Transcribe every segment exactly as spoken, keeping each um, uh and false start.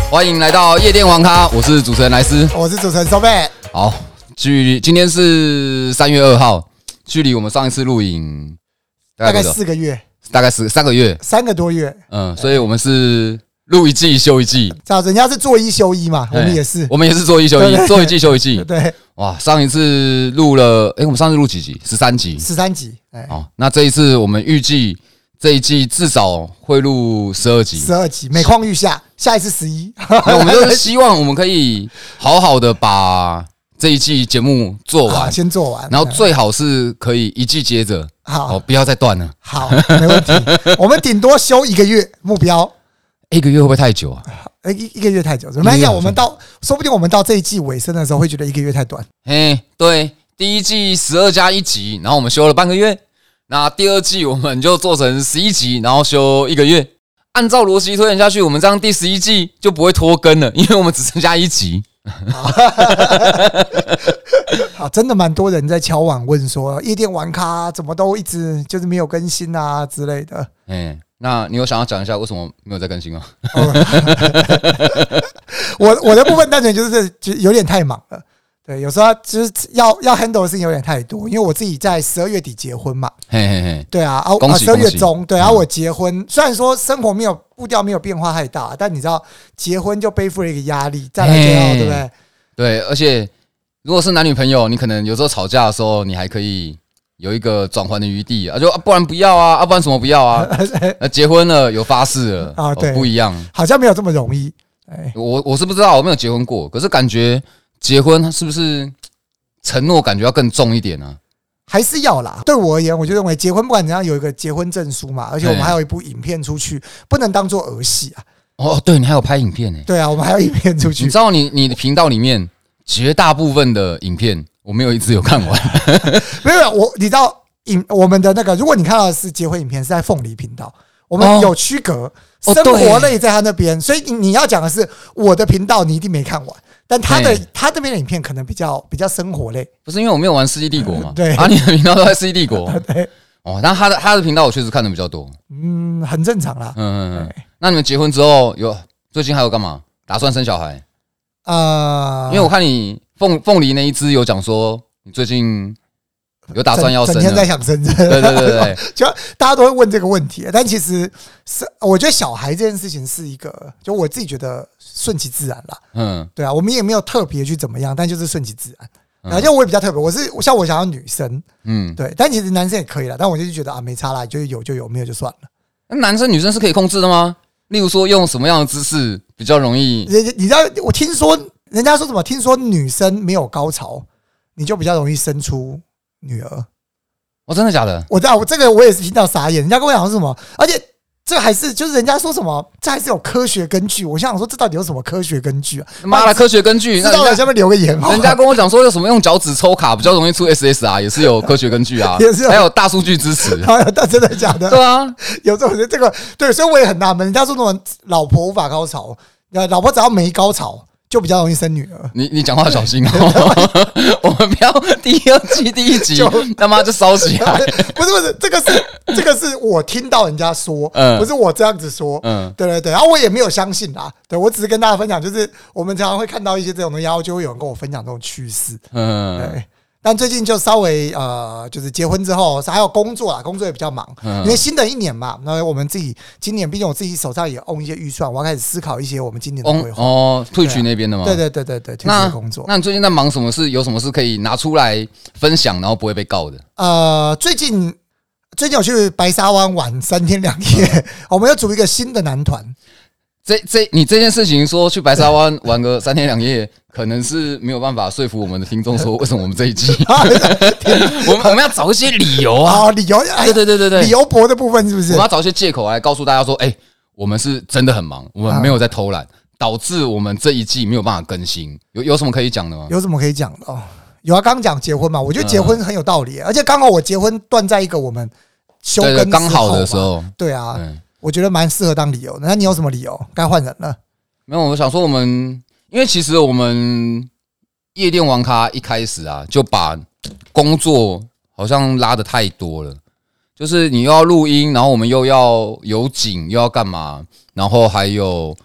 欢迎来到夜店王咖，我是主持人莱斯， 我是主持人收贝。 好，距今天是三月二号，距离我们上一次录影大概四个月， 大概是三个月， 三个多月。 嗯，所以我们是录一季休一季。 这样，人家是做一休一嘛，我们也是， 我们也是做一休一，做一季休一季。 对， 哇，上一次录了，哎、欸，我们上次录几集？十三集， 十三集。 哦，那这一次我们预计这一季至少会录十二集， 十二集，每况愈下。下一次十一， 我们就是希望我们可以好好的把这一季节目做完， 先做完， 然后最好是可以一季接着， 好、 哦，不要再断了。 好，没问题。我们顶多休一个月，目标。 一个月会不会太久啊？ 呃，一一个月太久，怎么讲？我们到，说不定我们到这一季尾声的时候，会觉得一个月太短。 哎，对，第一季十二加一集，然后我们休了半个月。那第二季我们就做成十一集，然后休一个月。按照逻辑推演下去，我们这样第十一季就不会拖更了，因为我们只剩下一集。 好，真的蛮多人在敲碗问说，夜店玩咖怎么都一直就是没有更新啊之类的。 哎，那你有想要讲一下为什么没有在更新吗？ 我我的部分单纯就是就有点太忙了。对，有时候就是要要 handle 的事情有点太多，因为我自己在十二月底结婚嘛， 嘿嘿嘿， 对啊，啊，十二月中，对，然后我结婚，虽然说生活没有步调没有变化太大，但你知道结婚就背负了一个压力，再来就要对不对？ 对，而且如果是男女朋友，你可能有时候吵架的时候，你还可以有一个转换的余地啊，就啊不然不要啊，啊不然什么不要啊？那结婚了有发誓了啊，对，不一样， 好像没有这么容易。 我我是不知道，我没有结婚过，可是感觉。结婚是不是承诺感觉要更重一点呢、啊？ 还是要啦。对我而言，我就认为结婚不管怎样有一个结婚证书嘛，而且我们还有一部影片出去，不能当做儿戏啊。 哦，对，你还有拍影片呢、欸。 对啊，我们还有影片出去。 你知道你你的频道里面绝大部分的影片，我没有一次有看完。 没有，我你知道影我们的那个，如果你看到的是结婚影片，是在凤梨频道。我们有区隔，生活类在他那边，所以你要讲的是我的频道，你一定没看完。但他的他这边的影片可能比较比较生活类， 不是因为我没有玩《世纪帝国》嘛？ 对， 啊，你的频道都在《世纪帝国》 对， 哦，但他的他的频道我确实看的比较多， 嗯，很正常啦。 嗯嗯嗯。那你们结婚之后有最近还有干嘛？打算生小孩？啊、呃，因为我看你凤凤梨那一支有讲说你最近。有打算要生， 整天在想生， 对对对对， 就大家都会问这个问题，但其实是我觉得小孩这件事情是一个，就我自己觉得顺其自然啦。嗯，对啊，我们也没有特别去怎么样，但就是顺其自然。然后像我也比较特别，我是像我想要女生，嗯，对，但其实男生也可以啦，但我就是觉得啊，没差啦，就是有就有，没有就算了。 那男生女生是可以控制的吗？例如说用什么样的姿势比较容易？ 你知道，我听说人家说什么？听说女生没有高潮，你就比较容易生出。女儿， 哦，真的假的？ 我知道，我这个我也是听到傻眼。人家跟我讲是什么，而且这还是就是人家说什么，这还是有科学根据。我想想说，这到底有什么科学根据啊？ 妈的，科学根据！ 知道了，下面留个言。 人家跟我讲说，有什么用脚趾抽卡比较容易出 S S R， 也是有科学根据啊， 也是有还有大数据支持。 但真的假的？ 对啊， 有这种这个对，所以我也很纳闷。人家说什么老婆无法高潮，老婆只要没高潮。就比较容易生女儿。 你你讲话小心哦！我们不要第二季第一集他妈就烧起来。 不是不是，这个是这个是我听到人家说，嗯、不是我这样子说。嗯，对对对，然后我也没有相信啦。对我只是跟大家分享，就是我们常常会看到一些这种东西，然后就会有人跟我分享这种趋势。嗯，对。但最近就稍微呃，就是结婚之后还有工作啦，工作也比较忙，因为新的一年嘛，那我们自己今年，毕竟我自己手上也 own 一些预算，我要开始思考一些我们今年的规划。 哦，退群那边的吗？ 对对对对对，退群的工作。 那你最近在忙什么事？有什么事可以拿出来分享，然后不会被告的？ 呃，最近最近我去白沙湾玩三天两夜，我们要组一个新的男团。 这这你这件事情说去白沙湾玩个三天两夜，可能是没有办法说服我们的听众说为什么我们这一季，我们我们要找一些理由啊， 哦、理由， 对对对对对， 理由博的部分是不是？ 我们要找一些借口来告诉大家说，哎、欸，我们是真的很忙，我们没有在偷懒，导致我们这一季没有办法更新。有有什么可以讲的吗？ 有什么可以讲的哦？有啊，刚刚讲结婚嘛，我觉得结婚很有道理，而且刚好我结婚断在一个我们休更刚好的时候， 对啊。对我觉得蛮适合当理由的，那你有什么理由？该换人了？ 没有，我想说我们，因为其实我们夜店王咖一开始啊，就把工作好像拉得太多了，就是你又要录音，然后我们又要有景，又要干嘛，然后还有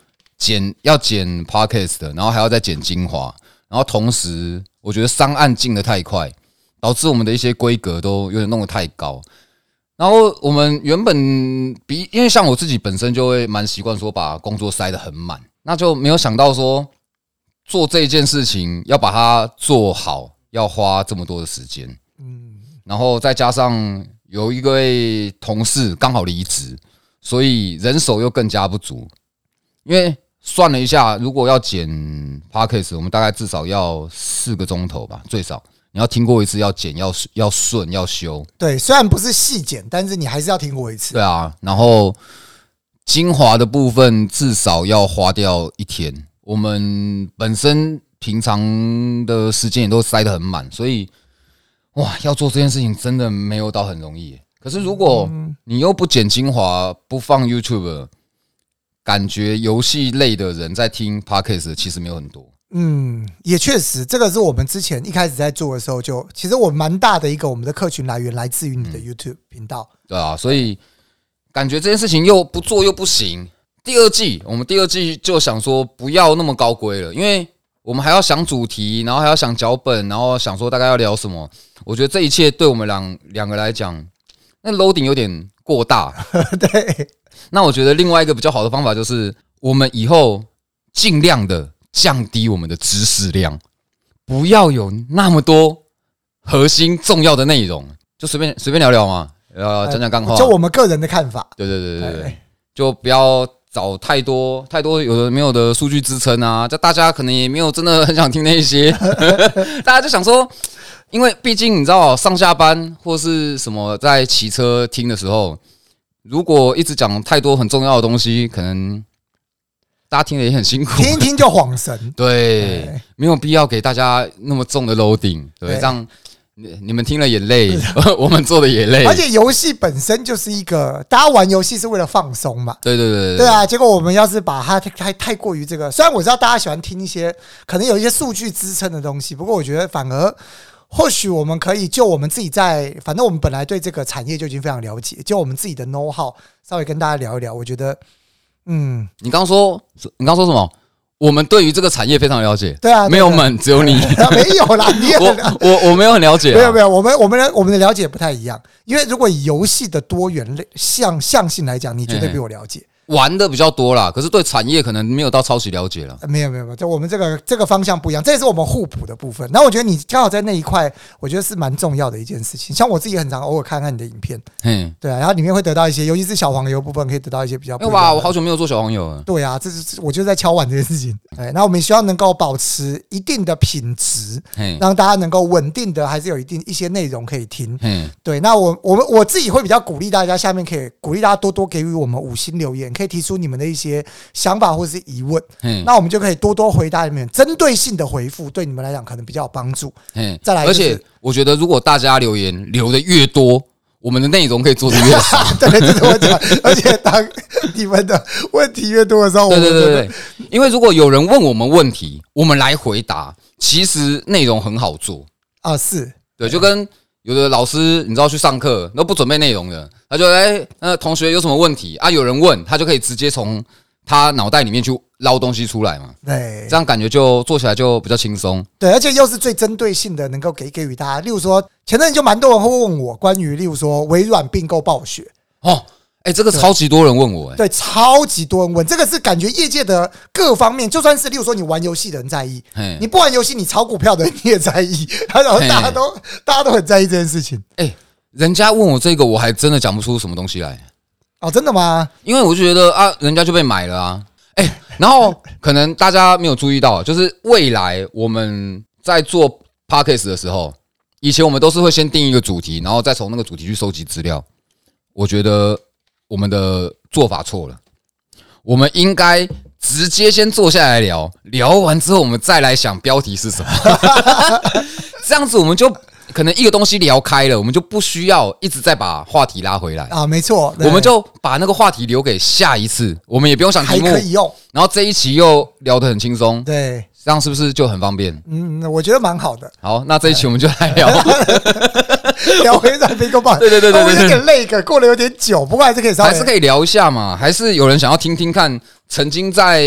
剪要剪 podcast 的，然后还要再剪精华，然后同时我觉得上岸进得太快，导致我们的一些规格都有点弄得太高。然后我们原本比，因为像我自己本身就会蛮习惯说把工作塞得很满，那就没有想到说做这件事情要把它做好，要花这么多的时间。嗯，然后再加上有一位同事刚好离职，所以人手又更加不足。因为算了一下，如果要剪 podcast， 我们大概至少要四个钟头吧，最少。你要听过一次，要剪，要要顺，要修。 对，虽然不是细剪，但是你还是要听过一次。 对啊，然后精华的部分至少要花掉一天。我们本身平常的时间也都塞得很满，所以哇，要做这件事情真的没有到很容易。可是如果你又不剪精华，不放 YouTube， 感觉游戏类的人在听 Podcast 其实没有很多。 嗯，也确实，这个是我们之前一开始在做的时候就，其实我蛮大的一个我们的客群来源来自于你的 YouTube 频道。 嗯、对啊，所以感觉这件事情又不做又不行。第二季，我们第二季就想说不要那么高规了，因为我们还要想主题，然后还要想脚本，然后想说大概要聊什么。我觉得这一切对我们两两个来讲，那 loading 有点过大。 对， 那我觉得另外一个比较好的方法就是，我们以后尽量的降低我们的知识量，不要有那么多核心重要的内容，就随便随便聊聊嘛，呃，讲讲干话， 就我们个人的看法。 对对对对对，就不要找太多太多有的没有的数据支撑啊，就大家可能也没有真的很想听那些，大家就想说，因为毕竟你知道，上下班或是什么在骑车听的时候，如果一直讲太多很重要的东西，可能大家听得也很辛苦， 听一听就晃神。 对，没有必要给大家那么重的 loading， 对，这样你们听了也累，我们做的也累。 而且游戏本身就是一个，大家玩游戏是为了放松嘛。 对对对对, 对啊，结果我们要是把它太太过于这个，虽然我知道大家喜欢听一些可能有一些数据支撑的东西，不过我觉得反而或许我们可以就我们自己在，反正我们本来对这个产业就已经非常了解，就我们自己的 know how 稍微跟大家聊一聊，我觉得。嗯， 你刚说，你刚说什么？我们对于这个产业非常了解。 对啊， 没有我们，只有你。 没有啦，你也我我我没有很了解。 没有没有，我们我们的我们的了解不太一样。因为如果以游戏的多元类向向性来讲，你绝对比我了解。 玩的比较多啦，可是对产业可能没有到超级了解了。 没有没有没有，就我们这个这个方向不一样，这也是我们互补的部分。然后我觉得你刚好在那一块，我觉得是蛮重要的一件事情。像我自己很常偶尔看看你的影片，嗯，对啊，然后里面会得到一些，尤其是小黄油部分，可以得到一些比较不一样的。 哇，我好久没有做小黄油了。 对啊，这是我就在敲碗这件事情。哎，那我们希望能够保持一定的品质，让大家能够稳定的，还是有一定一些内容可以听。嗯，对。那我我们我自己会比较鼓励大家，下面可以鼓励大家多多给予我们五星留言，可以提出你们的一些想法或是疑问，那我们就可以多多回答你们针对性的回复，对你们来讲可能比较有帮助。再来、就是， 而且我觉得如果大家留言留的越多，我们的内容可以做的越少。 对，这是我讲。而且当你们的问题越多的时候， 对对对对，因为如果有人问我们问题，我们来回答，其实内容很好做啊，是对，就跟。有的老师你知道去上课都不准备内容的，他就哎，那、欸、同学有什么问题啊？有人问他就可以直接从他脑袋里面去捞东西出来嘛。对，这样感觉就做起来就比较轻松。 对，而且又是最针对性的，能够给给予大家。例如说，前阵就蛮多人会问我关于，例如说微软并购暴雪哦。哎、欸，这个超级多人问我、欸， 对，超级多人问，这个是感觉业界的各方面，就算是例如说你玩游戏的人在意，你不玩游戏你炒股票的人你也在意，然后大家都大家都很在意这件事情。 哎、欸，人家问我这个，我还真的讲不出什么东西来。 哦，真的吗？ 因为我就觉得啊，人家就被买了啊。哎、欸，然后可能大家没有注意到，就是未来我们在做 podcast 的时候，以前我们都是会先定一个主题，然后再从那个主题去收集资料。我觉得。我们的做法错了，我们应该直接先坐下来聊，聊完之后我们再来想标题是什么，这样子我们就可能一个东西聊开了，我们就不需要一直再把话题拉回来啊，没错， 我们就把那个话题留给下一次，我们也不用想题目， 还可以用， 然后这一期又聊得很轻松， 对， 这样是不是就很方便？ 嗯，我觉得蛮好的。 好，那这一期我们就来聊。 聊微软并购暴雪， 对对对对对， 有点累，过了有点久，不过还是可以稍微， 还是可以聊一下嘛。还是有人想要听听看，曾经在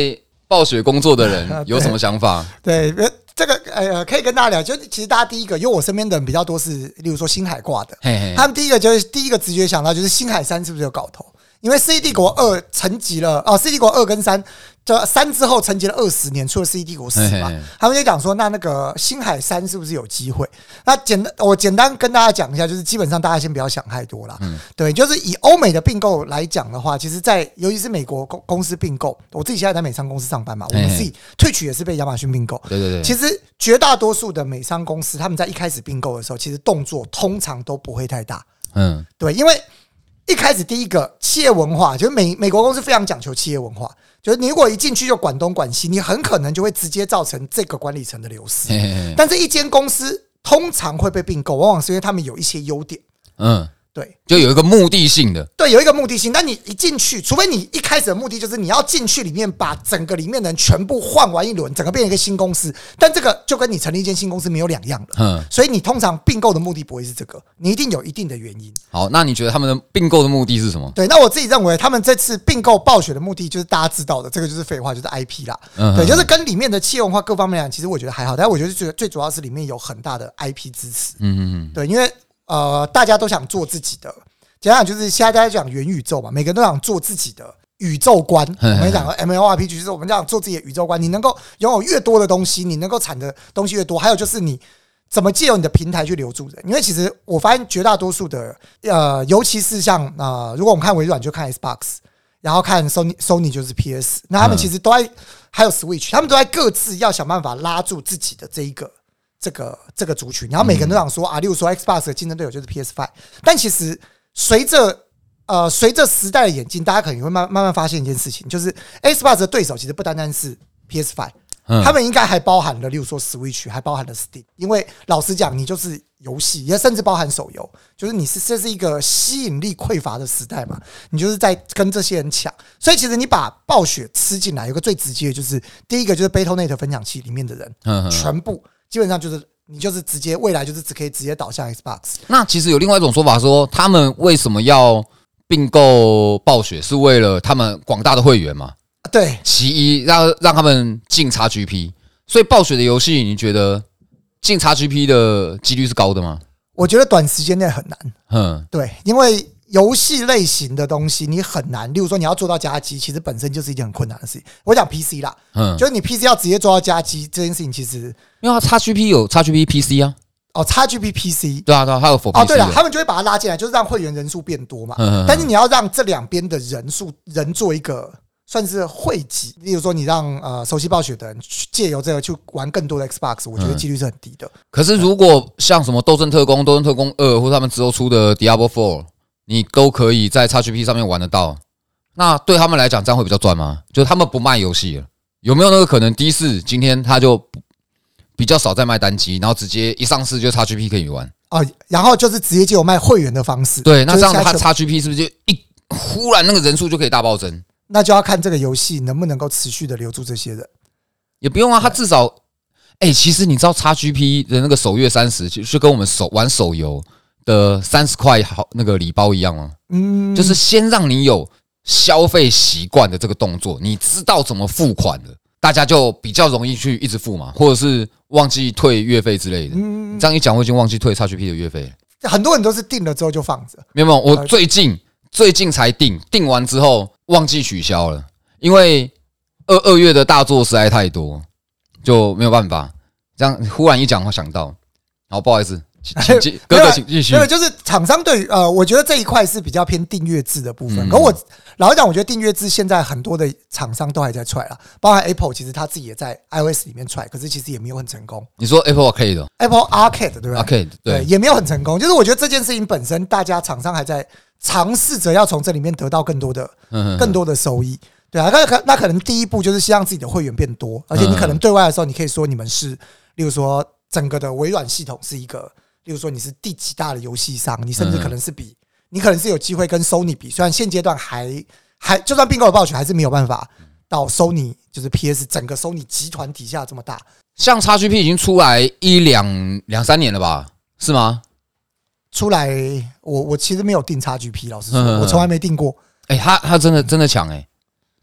暴雪工作的人有什么想法？ 对，对这个呃，可以跟大家聊。就其实大家第一个，因为我身边的人比较多是，例如说星海挂的，嘿嘿他们第一个就是第一个直觉想到就是星海三是不是有搞头？因为《世纪帝国二》沉寂了哦，《世纪帝国二》跟三，这三之后沉寂了二十年，出了《世纪帝国四》嘛，他们就讲说，那那个星海三是不是有机会？那简单，我简单跟大家讲一下，就是基本上大家先不要想太多啦。嗯，对，就是以欧美的并购来讲的话，其实在，在尤其是美国公公司并购，我自己现在在美商公司上班嘛，我们自己退取也是被亚马逊并购。 对对对， 其实绝大多数的美商公司，他们在一开始并购的时候，其实动作通常都不会太大。嗯，对，因为一开始第一个企业文化，就是美美国公司非常讲求企业文化，就是你如果一进去就管东管西，你很可能就会直接造成这个管理层的流失。嘿嘿嘿但是一间公司通常会被并购，往往是因为他们有一些优点。嗯。对， 就有一个目的性的， 对，有一个目的性。但你一进去，除非你一开始的目的就是你要进去里面把整个里面的人全部换完一轮，整个变成一个新公司，但这个就跟你成立一间新公司没有两样了。嗯，所以你通常并购的目的不会是这个，你一定有一定的原因。 好，那你觉得他们的并购的目的是什么？ 对，那我自己认为他们这次并购暴雪的目的就是大家知道的，这个就是废话，就是 I P 啦。嗯，对，就是跟里面的企业文化各方面来讲，其实我觉得还好，但我觉得最最主要是里面有很大的 I P 支持。嗯嗯嗯，对，因为呃，大家都想做自己的。简单讲就是现在大家讲元宇宙嘛，每个人都想做自己的宇宙观。我们讲 M L R P G 就是我们讲做自己的宇宙观，你能够拥有越多的东西，你能够产的东西越多。还有就是你怎么借由你的平台去留住人，因为其实我发现绝大多数的呃，尤其是像呃，如果我们看微软就看 Xbox， 然后看 Sony Sony 就是 P S， 那他们其实都在还有 Switch， 他们都在各自要想办法拉住自己的这一个这个这个族群，然后每个人都想说啊，例如说 Xbox 的竞争对手就是 P S 五， 但其实随着呃随着时代的演进，大家可能会慢慢慢发现一件事情，就是 Xbox 的对手其实不单单是 P S 五，嗯、他们应该还包含了，例如说 Switch， 还包含了 Steam。因为老实讲，你就是游戏，也甚至包含手游，就是你是这是一个吸引力匮乏的时代嘛，你就是在跟这些人抢。所以其实你把暴雪吃进来，有个最直接的就是第一个就是 Battle dot net 分享器里面的人，嗯嗯全部基本上就是。你就是直接未来就是只可以直接导向 Xbox。 那其实有另外一种说法说，他们为什么要并购暴雪，是为了他们广大的会员嘛？ 对， 其一让让他们进 X G P， 所以暴雪的游戏，你觉得进 X G P 的几率是高的吗？ 我觉得短时间内很难。嗯，对，因为游戏类型的东西你很难，例如说你要做到加机，其实本身就是一件很困难的事情。我讲 P C 啦，嗯，就是你 P C 要直接做到加机这件事情，其实因为 X G P 有 X G P P C 啊， 哦 ，X G P P C， 对啊，对啊，它有 for P C 哦，对了，他们就会把它拉进来，就是让会员人数变多嘛。嗯，但是你要让这两边的人数人做一个算是汇集，例如说你让呃熟悉暴雪的人借由这个去玩更多的 Xbox， 我觉得几率是很低的。 可是如果像什么斗阵特工、斗阵特工二，或者他们之后出的 Diablo 四。你都可以在 X G P 上面玩得到，那对他们来讲这样会比较赚吗？就是他们不卖游戏了，有没有那个可能？第四今天他就比较少在卖单机，然后直接一上市就 X G P 可以玩哦，然后就是直接就有卖会员的方式。 对，那这样他 X G P 是不是就一忽然那个人数就可以大暴增？ 那就要看这个游戏能不能够持续的留住这些人。 也不用啊，他至少，哎、欸，其实你知道 X G P 的那个首月三十，就跟我们手玩手游的三十块好那个礼包一样吗？嗯，就是先让你有消费习惯的这个动作，你知道怎么付款的，大家就比较容易去一直付嘛，或者是忘记退月费之类的。嗯，这样一讲，我已经忘记退 X G P 的月费了。 很多人都是订了之后就放着， 没有没有，我最近最近才订，订完之后忘记取消了，因为二二月的大作实在太多，就没有办法。这样忽然一讲，我想到，好不好意思。哥哥，请继续。 没有，就是厂商对于呃，我觉得这一块是比较偏订阅制的部分。可我老实讲，我觉得订阅制现在很多的厂商都还在踹啦，包含 Apple， 其实他自己也在 iOS 里面踹，可是其实也没有很成功。 你说 Apple Arcade，Apple Arcade 对不对 ？Arcade 对， 也没有很成功。就是我觉得这件事情本身，大家厂商还在尝试着要从这里面得到更多的、更多的收益。对啊，那那可能第一步就是先让自己的会员变多，而且你可能对外的时候，你可以说你们是，例如说整个的微软系统是一个。例如说你是第几大的游戏商，你甚至可能是比你可能是有机会跟 Sony 比，虽然现阶段还还就算并购的暴雪还是没有办法到 Sony 就是 P S 整个 Sony 集团底下这么大。 像 X G P 已经出来一两两三年了吧？是吗？ 出来，我我其实没有订 X G P， 老实说，我从来没订过。 哎、欸，他他真的真的强哎、欸，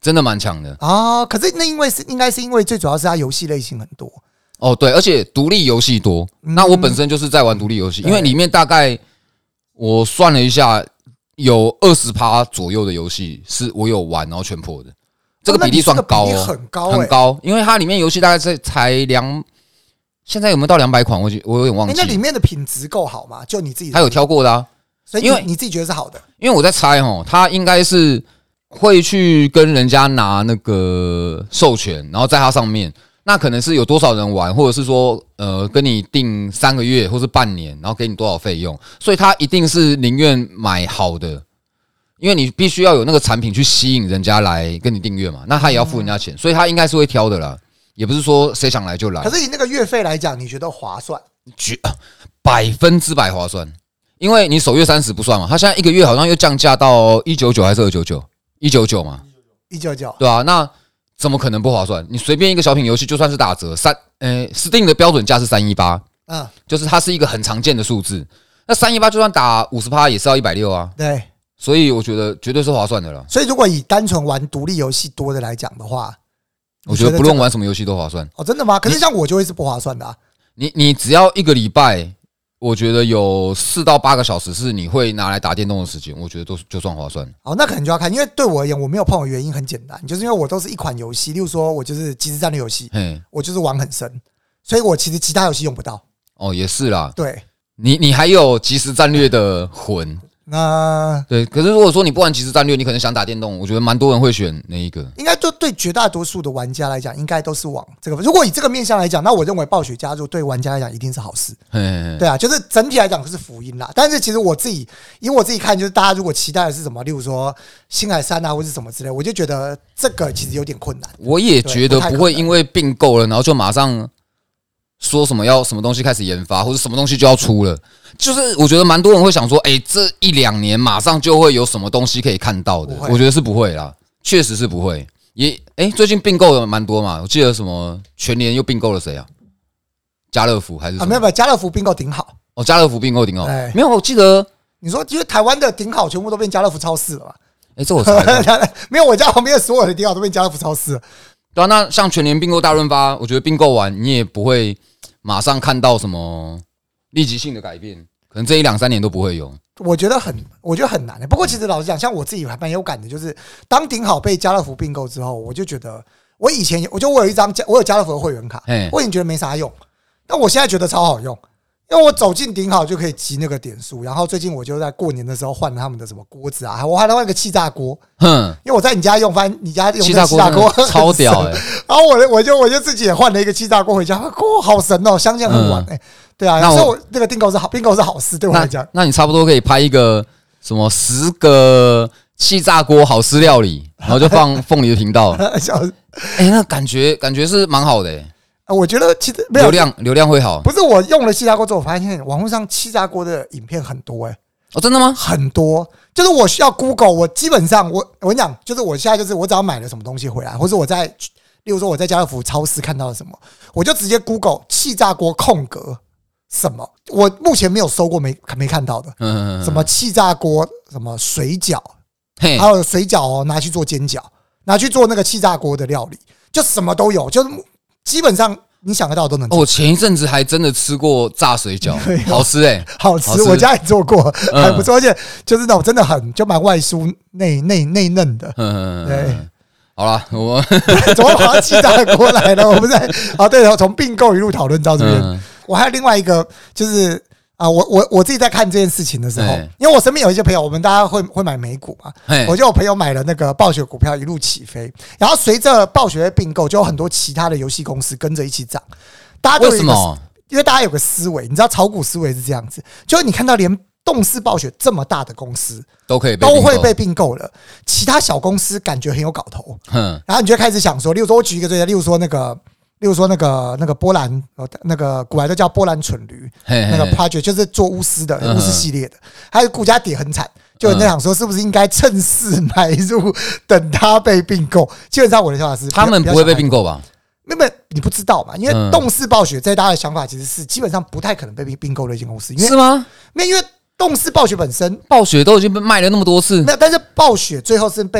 真的蛮强的啊。可是那因为是应该是因为最主要是它游戏类型很多哦，对，而且独立游戏多。嗯、那我本身就是在玩独立游戏，因为里面大概我算了一下，有百分之二十左右的游戏是我有玩然后全破的，这个比例算高、哦， 很高、 欸、很高，因为它里面游戏大概才才两。现在有没有到两百款？我我有点忘记。 那里面的品质够好吗？就你自己， 他有挑过的啊， 所以因为你自己觉得是好的。 因为我在猜哦，他应该是会去跟人家拿那个授权，然后在它上面，那可能是有多少人玩，或者是说呃跟你定三个月或是半年，然后给你多少费用，所以他一定是宁愿买好的，因为你必须要有那个产品去吸引人家来跟你订阅嘛，那他也要付人家钱，所以他应该是会挑的啦。也不是说谁想来就来， 可是以那个月费来讲，你觉得划算？ 绝百分之百划算，因为你首月三十不算嘛，他现在一个月好像又降价到一九九还是二九九？一九九嘛， 一九九， 对啊，那怎么可能不划算？你随便一个小品游戏，就算是打折，三呃 Steam 的标准价是三一八，嗯，就是它是一个很常见的数字。那三一八就算打五十趴也是要一百六啊， 对， 所以我觉得绝对是划算的了。 所以如果以单纯玩独立游戏多的来讲的话。 我觉得不论玩什么游戏都划算哦，真的吗？可是像我就会是不划算的啊。 你你只要一个礼拜，我觉得有四到八个小时是你会拿来打电动的时间，我觉得都就算划算。 哦，那可能就要看，因为对我而言，我没有碰的原因很简单，就是因为我都是一款游戏，例如说我就是即时战略游戏，我就是玩很深，所以我其实其他游戏用不到。 哦，也是啦。 对， 你你还有即时战略的魂。 那对，可是如果说你不玩即时战略，你可能想打电动，我觉得蛮多人会选那一个。 应该就对绝大多数的玩家来讲，应该都是往这个。如果以这个面向来讲，那我认为暴雪加入对玩家来讲一定是好事。嘿嘿嘿对啊，就是整体来讲是福音啦。但是其实我自己，因为我自己看，就是大家如果期待的是什么，例如说星海山啊，或是什么之类，我就觉得这个其实有点困难。 我也觉得不会因为并购了，然后就马上说什么要什么东西开始研发，或者什么东西就要出了。就是我觉得蛮多人会想说，哎、欸，这一两年马上就会有什么东西可以看到的。我觉得是不会啦，确实是不会。也哎、欸，最近并购的蛮多嘛，我记得什么全联又并购了谁啊？家乐福还是什么？ 啊，没有没有，家乐福并购顶好。 哦，家乐福并购顶好，没有，我记得你说，因为台湾的顶好全部都变家乐福超市了嘛？ 哎、欸，这我猜没有，我家旁边的所有的顶好都变家乐福超市了。 对啊，那像全联并购大润发，我觉得并购完你也不会马上看到什么立即性的改变，可能这一两三年都不会有。 我觉得很，我觉得很难、欸。不过其实老实讲，像我自己还蛮有感的，就是当顶好被家乐福并购之后，我就觉得我以前我就我有一张我有家乐福的会员卡，我已经觉得没啥用，但我现在觉得超好用。因为我走进顶好就可以集那个点数，然后最近我就在过年的时候换了他们的什么锅子啊，我还换一个气炸锅，嗯，因为我在你家用，发现你家用气炸锅超屌哎、欸， 然后我我就我就自己也换了一个气炸锅回家，锅好神哦，相见恨晚哎，对啊，所以我那个订购是好，订购是好事，对我来讲， 那你差不多可以拍一个什么十个气炸锅好吃料理，然后就放凤梨的频道，哎、欸，那感觉感觉是蛮好的、欸。 我觉得其实没有流量流量会好， 不是我用了气炸锅之后，我发现网络上气炸锅的影片很多哎、欸， 哦，真的吗？ 很多，就是我需要 Google， 我基本上我我跟你讲，就是我现在就是我只要买了什么东西回来，或者我在，例如说我在家乐福超市看到了什么，我就直接 Google 气炸锅空格什么，我目前没有搜过没没看到的，嗯，什么气炸锅，什么水饺，还有水饺哦，拿去做煎饺，拿去做那个气炸锅的料理，就什么都有，就是。基本上你想得到都能做。 我、哦、前一阵子还真的吃过炸水饺，好吃哎、欸， 好吃，我家也做过，还不错，而且就是那种真的很就蛮外酥内内内嫩的。嗯，对。 好啦，我怎么跑到气炸锅来了？我们在啊，对，从并购一路讨论到这边。嗯、我还有另外一个就是。啊，我我我自己在看这件事情的时候，因为我身边有一些朋友，我们大家会会买美股嘛，我就有朋友买了那个暴雪股票一路起飞，然后随着暴雪的并购，就有很多其他的游戏公司跟着一起涨。大家都有一个为什么？ 因为大家有个思维，你知道炒股思维是这样子，就是你看到连动视暴雪这么大的公司都可以都会被并购了，其他小公司感觉很有搞头，然后你就开始想说，例如说我举一个最例，例如说那个。例如说那个那个波兰那个古来都叫波兰蠢驴，那个 project 就是做巫师的巫师系列的，还有股价跌很惨，就有人在想说是不是应该趁势买入，等它被并购。基本上我的想法是， 他们不会被并购吧？ 没有，你不知道嘛？因为动视暴雪在大家的想法其实是基本上不太可能被并购的一间公司， 是吗？ 因为动视暴雪本身， 暴雪都已经被卖了那么多次， 没有，但是暴雪最后是被。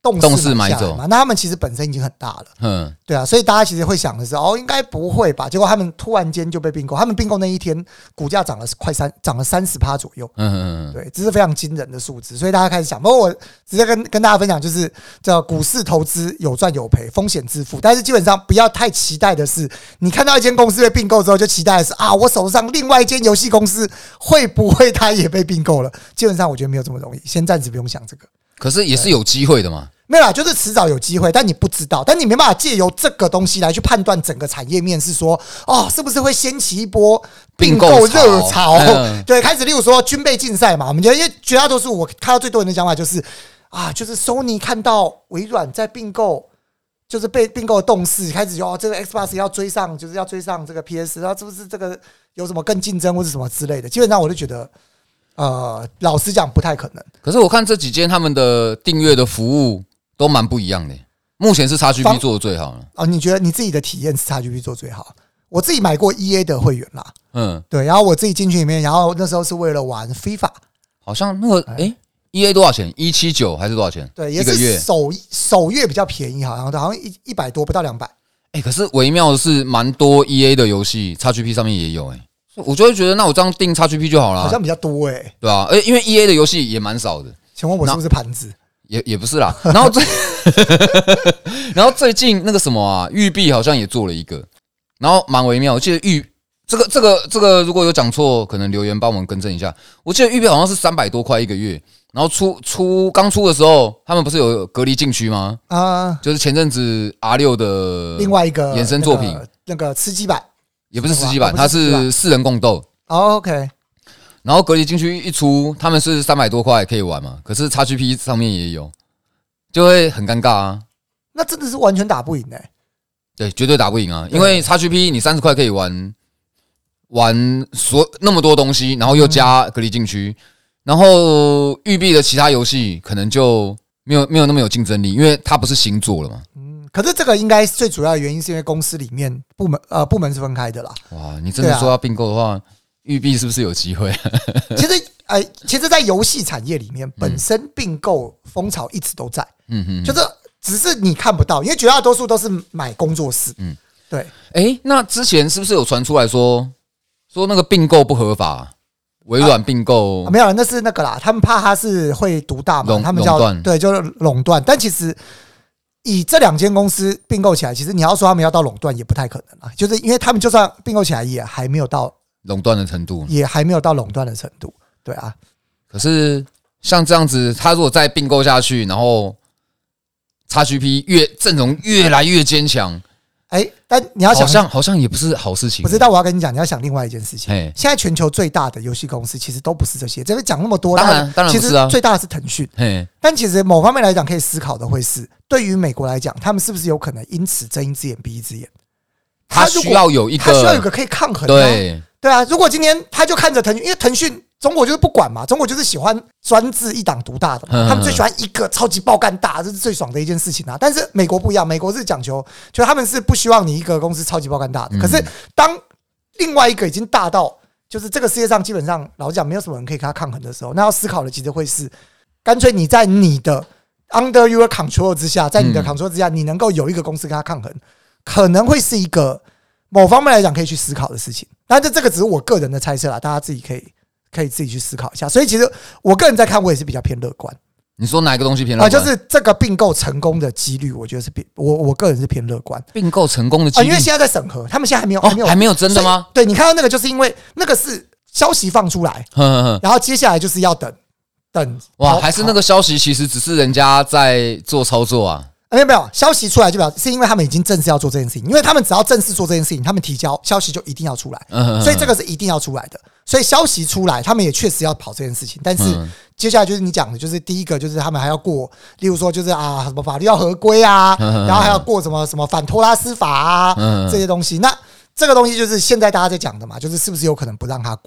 动视买走嘛，那他们其实本身已经很大了，嗯，对啊，所以大家其实会想的是，哦，应该不会吧？结果他们突然间就被并购，他们并购那一天股价涨了快三，涨了三十趴左右，嗯嗯嗯，对，这是非常惊人的数字，所以大家开始想。不过我直接跟跟大家分享，就是叫股市投资有赚有赔，风险自负，但是基本上不要太期待的是，你看到一间公司被并购之后，就期待的是啊，我手上另外一间游戏公司会不会它也被并购了？基本上我觉得没有这么容易，先暂时不用想这个。 可是也是有机会的嘛。 没有啦，就是迟早有机会，但你不知道，但你没办法借由这个东西来去判断整个产业面是说，哦，是不是会掀起一波并购热潮？嗯、对，开始例如说军备竞赛嘛，我们觉得因为绝大多数我看到最多人的讲法就是啊，就是 Sony 看到微软在并购，就是被并购的动势，开始就哦，这个 Xbox 要追上，就是要追上这个 P S， 然后是不是这个有什么更竞争或是什么之类的？基本上我就觉得。呃，老实讲不太可能。 可是我看这几间他们的订阅的服务都蛮不一样的。目前是 X G P 做的最好了。 哦，你觉得你自己的体验是 X G P 做最好？我自己买过 E A 的会员啦，嗯，对，然后我自己进去里面，然后那时候是为了玩 FIFA， 好像那个哎、欸、，E A 多少钱？一七九还是多少钱？ 对，也是首首月比较便宜，好像好像一一百多，不到两百。 哎，可是微妙的是，蛮多 E A 的游戏 X G P 上面也有哎、欸。我就会觉得，那我这样订 X G P 就好了， 好像比较多哎、欸， 对吧、啊？哎，因为 E A 的游戏也蛮少的。 请问我是不是盘子？ 也也不是啦。然后最，然后最近那个什么啊，育碧好像也做了一个，然后蛮微妙。我记得育这个这个这个如果有讲错，可能留言帮我们更正一下。我记得育碧好像是三百多块一个月，然后出出刚出的时候，他们不是有隔离禁区吗？啊，就是前阵子 R 六 的另外一个衍生作品， 那个吃鸡版。 也不是吃鸡版，它是四人共斗。 Oh, OK， 然后隔离禁区一出，他们是三百多块可以玩嘛？可是 X G P 上面也有，就会很尴尬啊。 那真的是完全打不赢哎、欸。 对，绝对打不赢啊！因为 X G P 你三十块可以玩玩所那么多东西，然后又加隔离禁区，然后育碧的其他游戏可能就没有没有那么有竞争力，因为它不是新作了嘛。 可是这个应该最主要的原因是因为公司里面部门呃部门是分开的啦。 哇，你真的说要并购的话，育碧是不是有机会？ 其实呃，其实，在游戏产业里面，本身并购风潮一直都在，嗯嗯，就是只是你看不到，因为绝大多数都是买工作室，嗯，对。 哎、欸，那之前是不是有传出来说说那个并购不合法？微软并购、 啊啊、没有，那是那个啦，他们怕他是会独大嘛，他们叫对，就是垄断，但其实。以这两间公司并购起来，其实你要说他们要到垄断也不太可能啊，就是因为他们就算并购起来，也还没有到垄断的程度， 也还没有到垄断的程度，对啊。 可是像这样子，他如果再并购下去，然后 X G P 越阵容越来越坚强， 哎、欸，但你要想， 好像好像也不是好事情。 不是，但我要跟你讲，你要想另外一件事情。现在全球最大的游戏公司其实都不是这些，这个讲那么多， 当然当然不是啊。 其实最大的是腾讯，但其实某方面来讲，可以思考的会是。对于美国来讲，他们是不是有可能因此睁一只眼闭一只眼？ 他需要有一个， 他需要有一个可以抗衡的、啊。 对对啊，如果今天他就看着腾讯，因为腾讯中国就是不管嘛，中国就是喜欢专制一党独大的嘛，他们最喜欢一个超级爆干大，这是最爽的一件事情啊。但是美国不一样，美国是讲求，就他们是不希望你一个公司超级爆干大的。可是当另外一个已经大到，就是这个世界上基本上老实讲没有什么人可以跟他抗衡的时候，那要思考的其实会是，干脆你在你的。Under your control 之下，在你的 control 之下，你能够有一个公司跟他抗衡，可能会是一个某方面来讲可以去思考的事情。但是这个只是我个人的猜测啦，大家自己可以可以自己去思考一下。所以其实我个人在看，我也是比较偏乐观。 你说哪一个东西偏乐观？ 啊，就是这个并购成功的几率，我觉得是比我我个人是偏乐观。 并购成功的几率、 啊，因为现在在审核，他们现在还没有， 哦、 还没有， 还没有真的吗？ 对，你看到那个，就是因为那个是消息放出来，呵呵呵然后接下来就是要等。等哇，还是那个消息其实只是人家在做操作啊？ 没有没有，消息出来就表示是因为他们已经正式要做这件事情，因为他们只要正式做这件事情，他们提交消息就一定要出来，所以这个是一定要出来的。所以消息出来，他们也确实要跑这件事情，但是接下来就是你讲的，就是第一个就是他们还要过，例如说就是啊什么法律要合规啊，然后还要过什么什么反托拉斯法啊这些东西。那这个东西就是现在大家在讲的嘛，就是是不是有可能不让他过？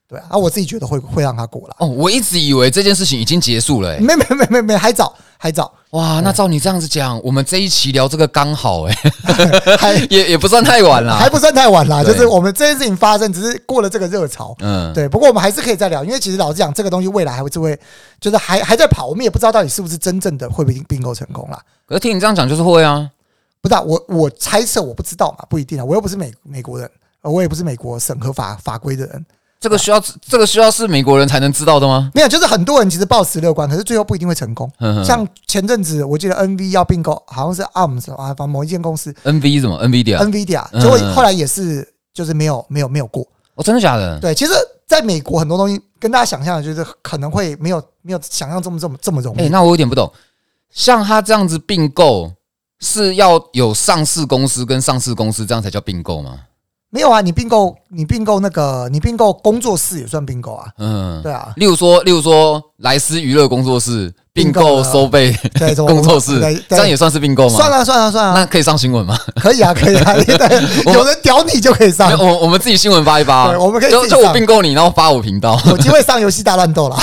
对啊，我自己觉得会会让他过了。 哦，我一直以为这件事情已经结束了、欸， 没没没没没，还早还早。 哇，那照你这样子讲，我们这一期聊这个刚好哎、欸，还也也不算太晚啦， 还不算太晚啦，就是我们这件事情发生，只是过了这个热潮，嗯，对。不过我们还是可以再聊，因为其实老实讲，这个东西未来还会是会，就是还还在跑，我们也不知道到底是不是真正的会不会并购成功啦。 可是听你这样讲，就是会啊， 不是、啊、我我猜测，我不知道嘛，不一定啊，我又不是美美国人，我也不是美国审核法法规的人。 这个需要，这个需要是美国人才能知道的吗？ 没有，就是很多人其实抱持乐观，可是最后不一定会成功。呵呵像前阵子我记得 N V 要并购，好像是 A R M 啊，反正某一间公司。 N V 什么 ？NVIDIA。NVIDIA， 结果后来也是就是没有没有没有过。 哦，真的假的？ 对，其实在美国很多东西跟大家想象的就是可能会没有没有想象这么这么这么容易。 哎、欸，那我有点不懂，像他这样子并购是要有上市公司跟上市公司这样才叫并购吗？ 没有啊，你并购，你并购那个，你并购工作室也算并购啊。嗯，对啊。 例如说，例如说，莱斯娱乐工作室并购收贝工作室，这样也算是并购吗？ 算了算了算了， 那可以上新闻吗？ 可以啊，可以啊。有人屌你就可以上。 我我们自己新闻发一发， 对，我们可以就就我并购你，然后发我频道， 有机会上游戏大乱斗啦。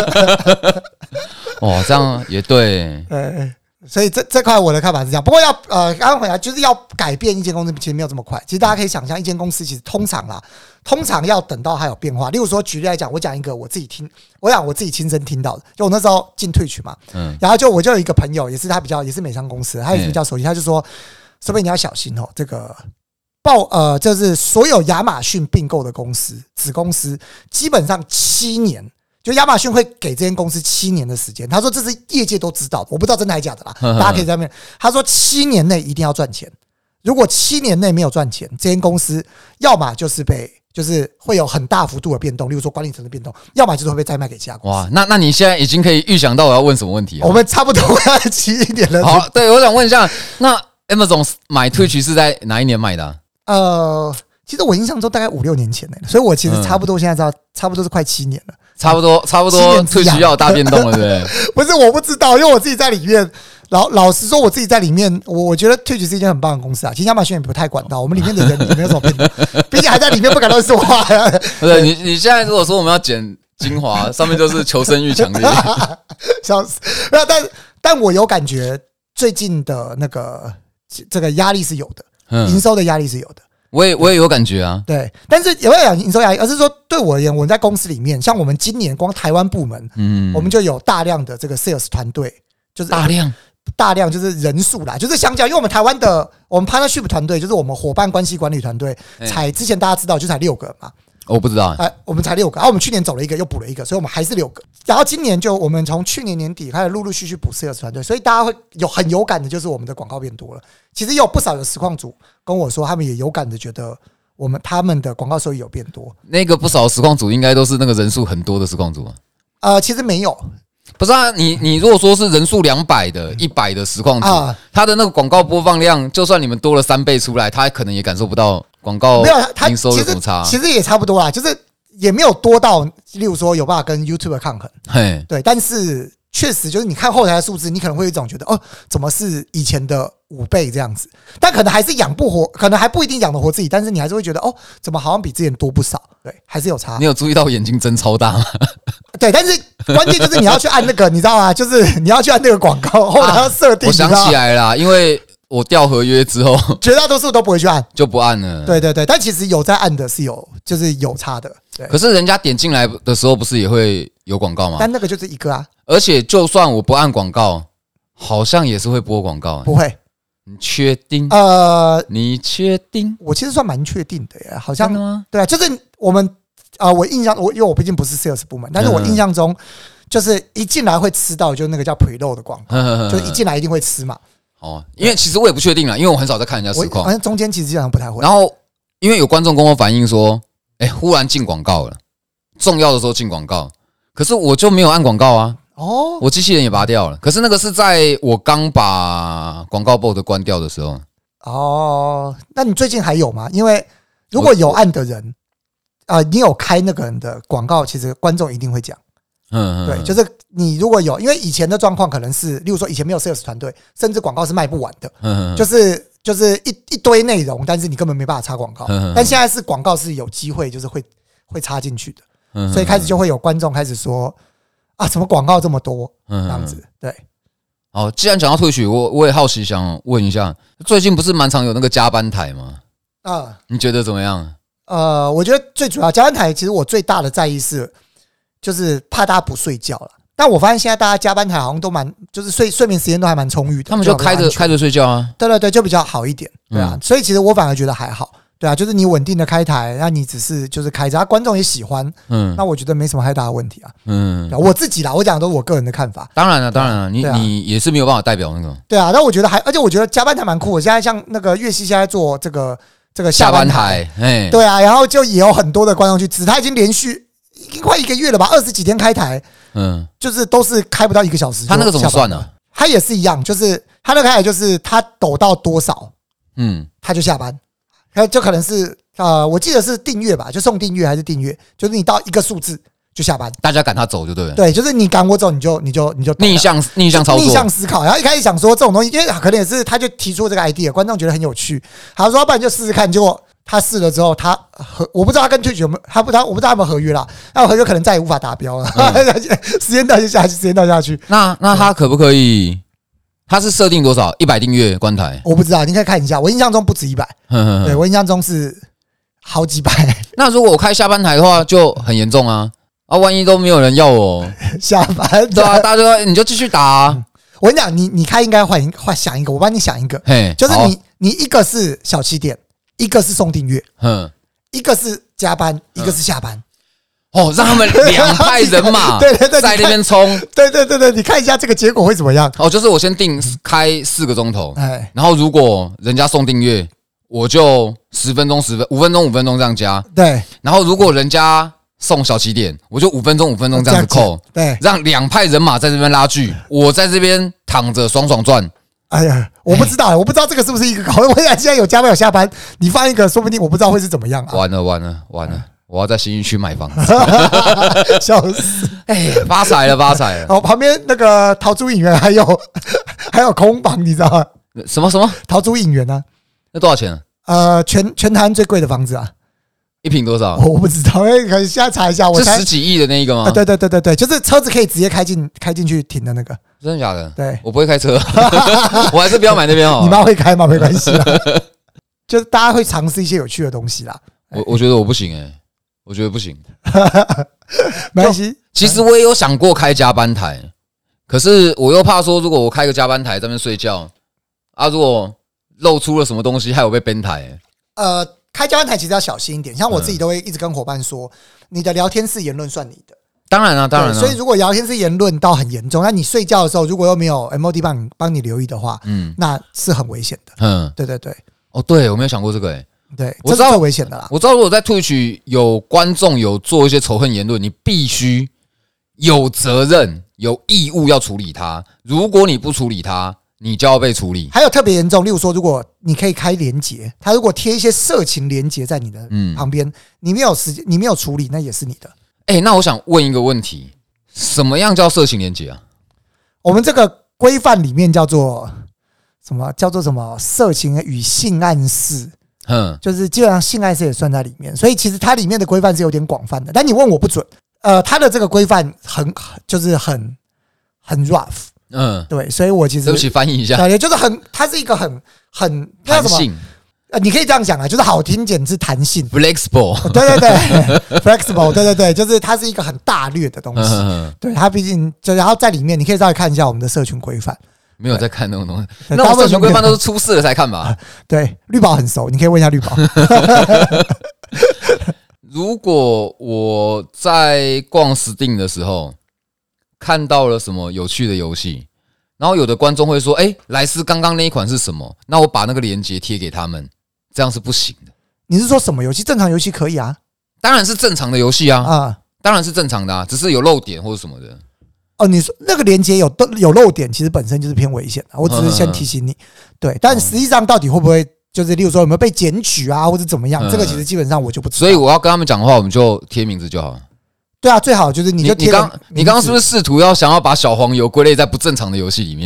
哦，这样也对。 对。所以这这块我的看法是这样，不过要呃刚刚回来就是要改变一间公司，其实没有这么快。其实大家可以想象，一间公司其实通常啦，通常要等到它有变化。例如说，举例来讲，我讲一个我自己听，我讲我自己亲身听到的，就我那时候进Twitch嘛，嗯，然后就我就有一个朋友，也是他比较也是美商公司，他也是比较熟悉，他就说，所以你要小心哦，这个报呃就是所有亚马逊并购的公司子公司，基本上七年。就亚马逊会给这间公司七年的时间，他说这是业界都知道的，我不知道真的还是假的啦，大家可以在那边。他说七年内一定要赚钱，如果七年内没有赚钱，这间公司要么就是被就是会有很大幅度的变动，例如说管理层的变动，要么就是会被再卖给其他公司。 哇，那那你现在已经可以预想到我要问什么问题了？ 我们差不多要七年了。 好，对，我想问一下，那 Amazon 买 Twitch 是在哪一年买的、啊？ 呃，其实我印象中大概五六年前呢、欸，所以我其实差不多现在知道，差不多是快七年了。 差不多，差不多，Twitch要有大变动了，对不对？ 不是，我不知道，因为我自己在里面。老老实说，我自己在里面，我我觉得 Twitch 是一间很棒的公司啊。其实亚马逊也不太管到我们里面的人，也没有什么变动，毕竟还在里面不敢乱说话。 不是你，你现在如果说我们要剪精华，上面就是求生欲强烈， 笑死。没有，但但我有感觉，最近的那个这个压力是有的，营收的压力是有的。 我也我也有感觉啊， 对，但是也不要讲营收压力，而是说对我而言，我在公司里面，像我们今年光台湾部门，嗯，我们就有大量的这个 sales 团队，就是大量大量就是人数啦，就是相较，因为我们台湾的我们 partnership 团队，就是我们伙伴关系管理团队，才之前大家知道就才六个嘛。 我不知道， 哎、呃，我们才六个，然、啊、后我们去年走了一个，又补了一个，所以我们还是六个。然后今年就我们从去年年底开始陆陆续续补 sales 团队，所以大家会有很有感的，就是我们的广告变多了。其实也有不少有实况组跟我说，他们也有感的觉得我们他们的广告收益有变多。 那个不少实况组应该都是那个人数很多的实况组啊。 呃，其实没有。 不是啊，你你如果说是人数两百的、一百的实况组，啊、他的那个广告播放量，就算你们多了三倍出来，他可能也感受不到广告没有他营收有什么差、啊其。其实也差不多啦，就是也没有多到，例如说有办法跟 YouTube 抗衡。嘿，对，但是确实就是你看后台的数字，你可能会有一种觉得哦，怎么是以前的五倍这样子？但可能还是养不活，可能还不一定养得活自己，但是你还是会觉得哦，怎么好像比之前多不少？对，还是有差。 你有注意到眼睛睁超大吗？ 对，但是关键就是你要去按那个，你知道吗？就是你要去按那个广告，后来要设定、啊。 我想起来了，因为我调合约之后， 绝大多数都不会去按， 就不按了。 对对对，但其实有在按的是有，就是有差的。对， 可是人家点进来的时候，不是也会有广告吗？ 但那个就是一个啊。 而且就算我不按广告，好像也是会播广告、欸。 不会。 你确定？ 呃， 你确定？ 我其实算蛮确定的耶，好像真的吗？ 对啊，就是我们啊、呃，我印象我因为我毕竟不是 sales 部门，但是我印象中就是一进来会吃到，就那个叫 preload 的广告，就一进来一定会吃嘛。 哦，因为其实我也不确定啦，因为我很少在看人家实况， 好像中间其实基本上不太会。 然后因为有观众跟我反映说，哎、欸，忽然进广告了，重要的时候进广告，可是我就没有按广告啊。哦，我机器人也拔掉了，可是那个是在我刚把广告 bot 关掉的时候。 哦，那你最近还有吗？因为如果有按的人，啊、呃，你有开那个人的广告，其实观众一定会讲。嗯，对，就是你如果有，因为以前的状况可能是，例如说以前没有 sales 团队，甚至广告是卖不完的。嗯，就是就是一一堆内容，但是你根本没办法插广告。但现在是广告是有机会，就是会会插进去的。 嗯、所以开始就会有观众开始说啊，什么广告这么多，这样子，对。 哦，既然讲到退取，我我也好奇想问一下，最近不是蛮常有那个加班台吗？啊，你觉得怎么样？ 呃，我觉得最主要加班台，其实我最大的在意是，就是怕大家不睡觉了。但我发现现在大家加班台好像都蛮，就是睡睡眠时间都还蛮充裕的， 他们就开着开着睡觉啊。 对对对，就比较好一点，对啊。嗯、所以其实我反而觉得还好。对啊，就是你稳定的开台，那你只是就是开着，啊、观众也喜欢，嗯，那我觉得没什么太大的问题啊，嗯，我自己啦，我讲的都是我个人的看法。 当然了，当然了，你、啊、你也是没有办法代表那个。 对啊，但我觉得还，而且我觉得加班台蛮酷的。现在像那个岳西现在做这个这个下班台，哎，对啊，然后就也有很多的观众去支持，他已经连续已经快一个月了吧，二十几天开台，嗯，就是都是开不到一个小时。 他那个怎么算呢、啊？ 他也是一样，就是他那个开台就是他抖到多少，嗯，他就下班，他就可能是。呃，我记得是订阅吧，就送订阅还是订阅，就是你到一个数字就下班， 大家赶他走就对了。 对，就是你赶我走，你就你就你就逆向逆向操作， 逆向思考。然后一开始想说这种东西，因为可能也是他就提出这个 idea， 观众觉得很有趣，他说要不然就试试看。结果他试了之后，他合我不知道他跟退取有没有，他不他我不知道他有没有合约啦，那合约可能再也无法达标了，嗯、时间到就下去，时间到下去。 那那他可不可以？他是设定多少？一百订阅关台？ 我不知道，你可以看一下。我印象中不止一百，对我印象中是。好几百， 那如果我开下班台的话，就很严重啊！啊，万一都没有人要我下班， 对啊，大家就你就继续打、啊。 我跟你讲，你你开应该换换想一个，我帮你想一个，就是你你一个是小起点，一个是送订阅，嗯，一个是加班，一个是下班。 哦，让他们两派人马对对对在那边冲， 对对对对，你看一下这个结果会怎么样？ 哦，就是我先定开四个钟头，哎，然后如果人家送订阅。我就十分钟十分五分钟五分钟这样加， 对。 然后如果人家送小起点，我就五分钟五分钟这样子扣， 对。 让两派人马在这边拉锯，我在这边躺着爽爽赚。 哎呀，我不知道，我不知道这个是不是一个考虑。我想现在有加班有下班，你放一个，说不定我不知道会是怎么样啊。 完了完了完了，我要在新义区买房子， 笑死！ 哎，发财了发财了。 哦，旁边那个桃珠影园还有还有空房，你知道吗？ 什么什么桃珠影园呢？ 那多少钱、啊？ 呃，全全台湾最贵的房子啊， 一平多少？ 我不知道，可能现在查一下。我是十几亿的那一个吗？ 啊、对对对对对，就是车子可以直接开进开进去停的那个。 真的假的？ 对， 我不会开车，我还是不要买那边好。 你妈会开吗？没关系啦，就是大家会尝试一些有趣的东西啦。 我我觉得我不行哎、欸，我觉得不行。 没关系， 其实我也有想过开加班台，可是我又怕说，如果我开个加班台在那边睡觉啊，如果露出了什么东西，还有被编台、欸。 呃，开加班台其实要小心一点，像我自己都会一直跟伙伴说，你的聊天室言论算你的。 当然啊，当然啊。 所以如果聊天室言论到很严重，那你睡觉的时候如果又没有 M O D 帮你帮你留意的话，嗯，那是很危险的。嗯，对对对。 哦，对，我没有想过这个诶、欸。 对，我知道最危险的啦。 我知道，如果在Twitch有观众有做一些仇恨言论，你必须有责任、有义务要处理它。如果你不处理它，你就要被处理。 还有特别严重，例如说，如果你可以开连结，他如果贴一些色情连结在你的旁边，嗯、你没有时间，你没有处理，那也是你的。 哎、欸，那我想问一个问题：什么样叫色情连结啊？ 我们这个规范里面叫做什么？叫做什么？色情与性暗示。嗯，就是基本上性暗示也算在里面，所以其实它里面的规范是有点广泛的。但你问我不准，呃，它的这个规范很就是很很 rough。嗯，对，所以我其实对不起，翻译一下， 对，就是很，它是一个很很弹性， 呃，你可以这样讲啊，就是好听点是弹性 ，flexible， 对对对 ，flexible， 对对对，就是它是一个很大略的东西，嗯、对，它毕竟就然后在里面，你可以稍微看一下我们的社群规范。 没有在看那种东西，那我社群规范都是出事了才看吧？ 对，绿宝很熟，你可以问一下绿宝。 如果我在逛 Steam 的时候看到了什么有趣的游戏，然后有的观众会说：“哎、欸，莱斯刚刚那一款是什么？”那我把那个链接贴给他们，这样是不行的。 你是说什么游戏？正常游戏可以啊？ 当然是正常的游戏啊，啊，当然是正常的啊，只是有漏点或者什么的。 哦，你说那个连结有有漏点，其实本身就是偏危险的。我只是先提醒你，对，但实际上到底会不会，就是例如说有没有被检举啊，或者怎么样，这个其实基本上我就不知道。 所以我要跟他们讲的话，我们就贴名字就好了。 对啊，最好就是你就贴。 你刚你刚刚是不是试图要想要把小黄油归类在不正常的游戏里面？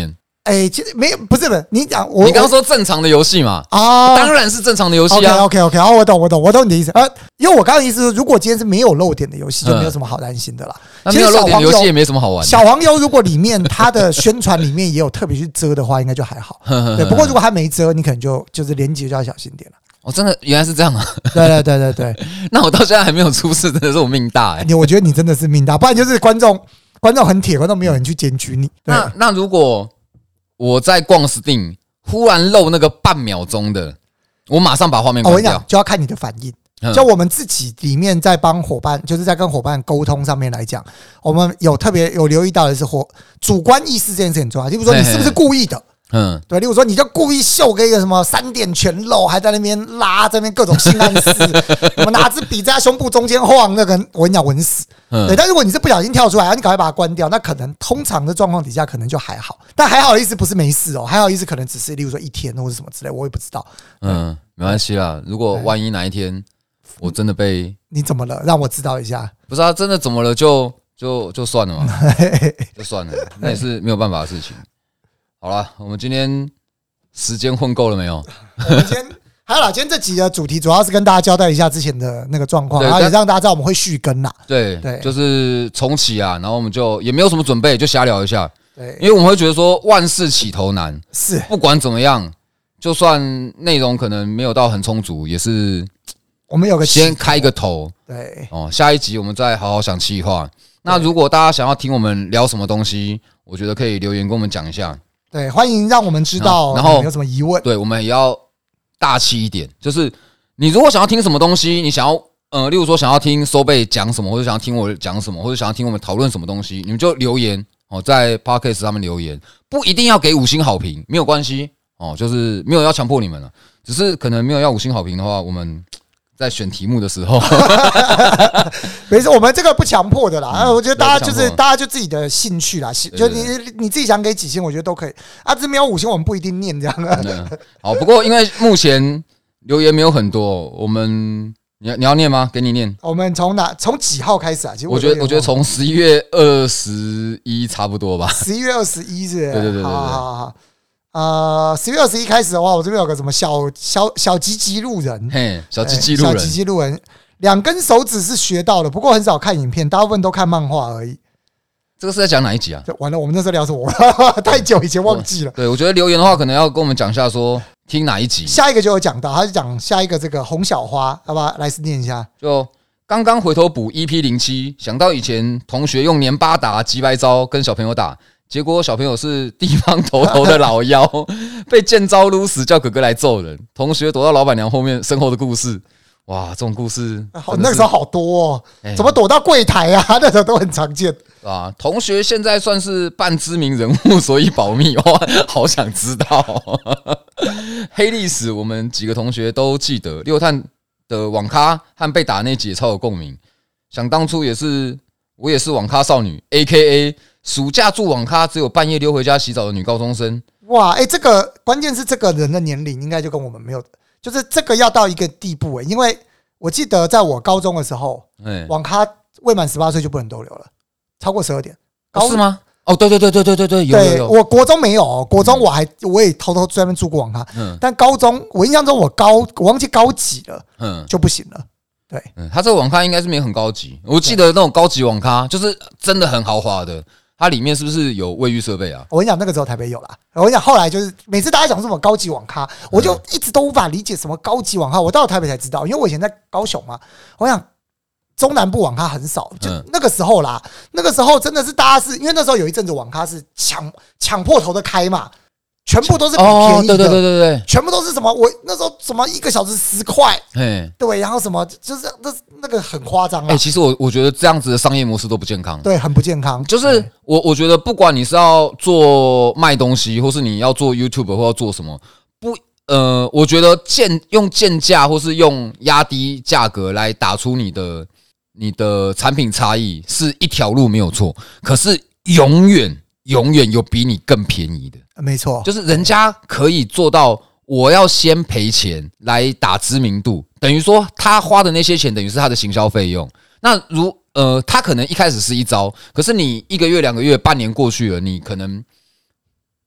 哎、欸，其实没有，不是不是，你讲我， 你刚刚说正常的游戏嘛？啊，当然是正常的游戏啊。 OK OK OK， 好，我懂我懂我懂你的意思。呃，因为我刚刚的意思是，如果今天是没有漏点的游戏，就没有什么好担心的啦。 那、嗯、没有漏点的游戏也没什么好玩的。 小黄油如果里面它的宣传里面也有特别去遮的话，应该就还好。对，不过如果它没遮，你可能就就是连结就要小心点了。 哦，真的原来是这样啊！ 对对对对对， 那我到现在还没有出事，真的是我命大哎、欸。 你我觉得你真的是命大，不然就是观众观众很铁，观众没有人去检举你。 那那如果我在逛 Steam， 忽然漏那个半秒钟的，我马上把画面关掉。哦、我跟你讲， 就要看你的反应。就我们自己里面在帮伙伴，就是在跟伙伴沟通上面来讲，我们有特别有留意到的是，伙主观意识这件事很重要。例如说，你是不是故意的？嗯，对。例如说，你就故意秀个一个什么三点全露，还在那边拉，这边各种性暗示，我们拿支笔在他胸部中间晃，那个我跟你讲稳死。对，但如果你是不小心跳出来，然后你赶快把它关掉，那可能通常的状况底下可能就还好。但还好的意思不是没事哦，还好的意思可能只是例如说一天或者什么之类，我也不知道。 嗯，没关系啦。如果万一哪一天我真的被你怎么了？让我知道一下。 不是啊，真的怎么了就就就算了嘛，就算了，那也是没有办法的事情。好了，我们今天时间混够了没有？ 我们今天还有啦，今天这集的主题主要是跟大家交代一下之前的那个状况，然后也让大家知道我们会续更啦。 对对，就是重启啊，然后我们就也没有什么准备，就瞎聊一下。 对， 因为我们会觉得说万事起头难， 是不管怎么样，就算内容可能没有到很充足，也是。 我们有个先开一个头， 对哦，下一集我们再好好想企划。那如果大家想要听我们聊什么东西，我觉得可以留言跟我们讲一下。 对，欢迎让我们知道，然后有什么疑问， 对我们也要大气一点。就是你如果想要听什么东西，你想要呃，例如说想要听收贝讲什么，或者想要听我讲什么，或者想要听我们讨论什么东西，你们就留言哦，在 Podcast 上面留言，不一定要给五星好评，没有关系哦，就是没有要强迫你们了，只是可能没有要五星好评的话，我们。在选题目的时候， 没事，我们这个不强迫的啦。嗯、我觉得大家就是大家就自己的兴趣啦，就你你自己想给几星，我觉得都可以。啊，这没有五星，我们不一定念这样。 嗯、好，不过因为目前留言没有很多，我们你你要念吗？给你念。 我们从哪从几号开始啊？其实我觉得我觉得从十一月二十一差不多吧。 十一月二十一是？ 对对对对对。 好好好。呃，十月二十一开始的话，我这边有个什么小小小吉吉路人， 嘿，小吉吉路人， 小吉吉路人，两根手指是学到了，不过很少看影片，大部分都看漫画而已。 这个是在讲哪一集啊？ 完了，我们那时候聊什么？太久以前忘记了。 对，我觉得留言的话，可能要跟我们讲一下，说听哪一集。 下一个就有讲到，他就讲下一个这个红小花，要不要来念一下？ 就刚刚回头补 E P 零七，想到以前同学用黏巴打几百招跟小朋友打。结果小朋友是地方头头的老妖，被见招撸死，叫哥哥来揍人。同学躲到老板娘后面身后的故事，哇，这种故事好，那个时候好多哦，欸、怎么躲到柜台啊？那时候都很常见啊。同学现在算是半知名人物，所以保密。哇，好想知道黑历史，我们几个同学都记得。六探的网咖和被打那集也超有共鸣。想当初也是，我也是网咖少女 ，A K A。暑假住网咖，只有半夜溜回家洗澡的女高中生。 哇，哎、欸，这个关键是这个人的年龄应该就跟我们没有，就是这个要到一个地步哎、欸，因为我记得在我高中的时候，欸、网咖未满十八岁就不能逗留了，超过十二点。 哦，是吗？哦，对对对对对对对，有有有。 我国中没有，国中我还我也偷偷在那边住过网咖，嗯，但高中我印象中我高我忘记高几了，嗯，就不行了。对， 嗯，他这个网咖应该是没有很高级，我记得那种高级网咖就是真的很豪华的。它里面是不是有卫浴设备啊？ 我跟你讲，那个时候台北有啦。我跟你讲，后来就是每次大家讲什么高级网咖，我就一直都无法理解什么高级网咖。我到了台北才知道，因为我以前在高雄嘛。我想中南部网咖很少，就那个时候啦，那个时候真的是大家是因为那时候有一阵子网咖是抢抢破头的开嘛。全部都是比便宜的， 哦、对对对对对， 全部都是什么？我那时候什么一个小时十块，对，然后什么就是那那个很夸张啊！ 哎、欸，其实我我觉得这样子的商业模式都不健康， 对，很不健康。 就是我我觉得不管你是要做卖东西，或是你要做 YouTube 或要做什么，不呃，我觉得贱用贱价或是用压低价格来打出你的你的产品差异是一条路没有错，可是永远永远有比你更便宜的。 没错， 就是人家可以做到，我要先赔钱来打知名度，等于说他花的那些钱等于是他的行销费用。那如呃，他可能一开始是一招，可是你一个月、两个月、半年过去了，你可能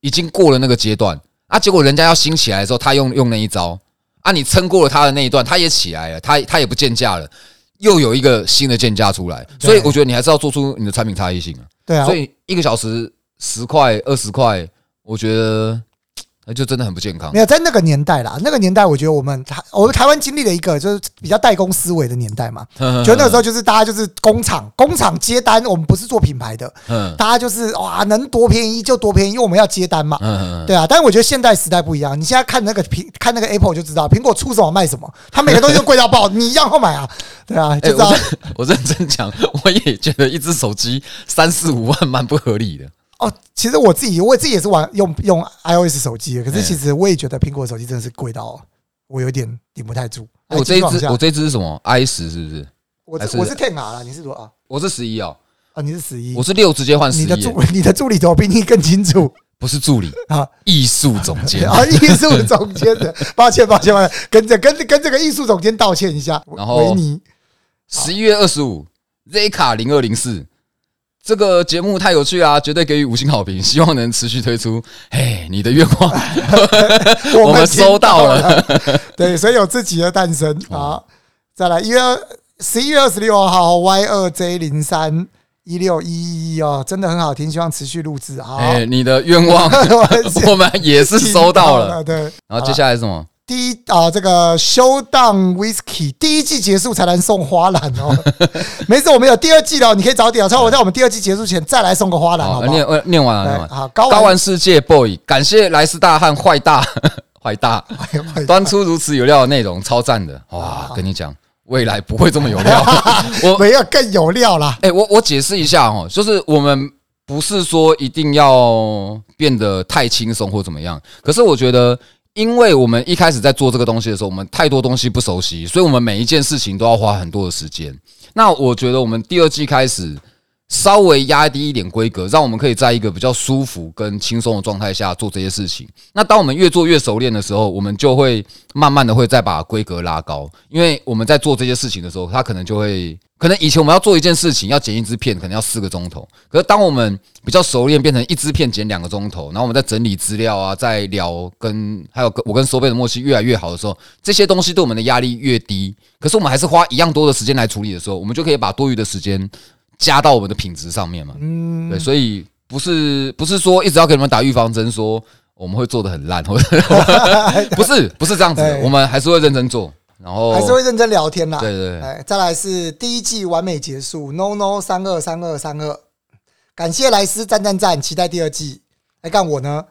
已经过了那个阶段啊，结果人家要新起来的时候，他用用那一招啊，你撑过了他的那一段，他也起来了，他他也不见价了，又有一个新的建价出来，所以我觉得你还是要做出你的产品差异性啊。 对啊， 所以一个小时十块、二十块，我觉得。那就真的很不健康。 没有在那个年代啦，那个年代我觉得我们台我们台湾经历了一个就是比较代工思维的年代嘛，觉得那个时候就是大家就是工厂工厂接单，我们不是做品牌的，大家就是哇能多便宜就多便宜，因为我们要接单嘛，对啊。但是我觉得现代时代不一样，你现在看那个苹看那个 Apple 就知道，苹果出什么卖什么，它每个东西都贵到爆，你一样会买啊，对啊，就知道。 欸、我, 我认真讲，我也觉得一只手机三四五万蛮不合理的。 哦，其实我自己我自己也是玩用用 iOS 手机的，可是其实我也觉得苹果手机真的是贵到我有点顶不太住。 我这一支我这一支是什么 i 十是不是？ 我我是 ten R 啦，你是多少？ 我是十一哦。 啊，你是十一， 我是六直接换十一。 你的助你的助理头比你更清楚。 不是助理啊，艺术总监啊，艺术总监的，抱歉抱歉抱歉，跟着跟跟这个艺术总监道歉一下。 然后维尼十一月二十五 Z 卡零二零四。这个节目太有趣啦、啊，绝对给予五星好评，希望能持续推出。嘿，你的愿望我们收到了， 对，所以有自己的诞生啊。再来，一月十一月二十六号 Y 二 J 零三一六一一哦，真的很好听，希望持续录制。好， 哎，你的愿望我们也是收到了。 对， 然后接下来是什么？ 第一啊，这个 Showdown Whisky 第一季结束才能送花篮哦，没事，我们有第二季了，你可以早点，超我在我们第二季结束前再来送个花篮，好不好？ 念念完了，念完。 好， 高玩世界 boy， 感谢莱斯大和坏大坏大端出如此有料的内容，超赞的哇！跟你讲，未来不会这么有料， 我没有更有料啦。 哎、欸，我我解释一下哦，就是我们不是说一定要变得太轻松或怎么样，可是我觉得。因为我们一开始在做这个东西的时候，我们太多东西不熟悉，所以我们每一件事情都要花很多的时间。那我觉得我们第二季开始稍微压低一点规格，让我们可以在一个比较舒服跟轻松的状态下做这些事情。那当我们越做越熟练的时候，我们就会慢慢的会再把规格拉高，因为我们在做这些事情的时候，它可能就会。可能以前我们要做一件事情，要剪一支片，可能要四个钟头。可是当我们比较熟练，变成一支片剪两个钟头，然后我们在整理资料啊，在聊跟还有我跟收贝的默契越来越好的时候，这些东西对我们的压力越低。可是我们还是花一样多的时间来处理的时候，我们就可以把多余的时间加到我们的品质上面嘛。嗯，对，所以不是不是说一直要给你们打预防针，说我们会做得很烂，或者不是不是这样子的，我们还是会认真做。然后还是会认真聊天啦。 对对对， 再来是第一季完美结束 ，no no 三二三二三二，感谢莱斯赞赞赞，期待第二季。来干我呢？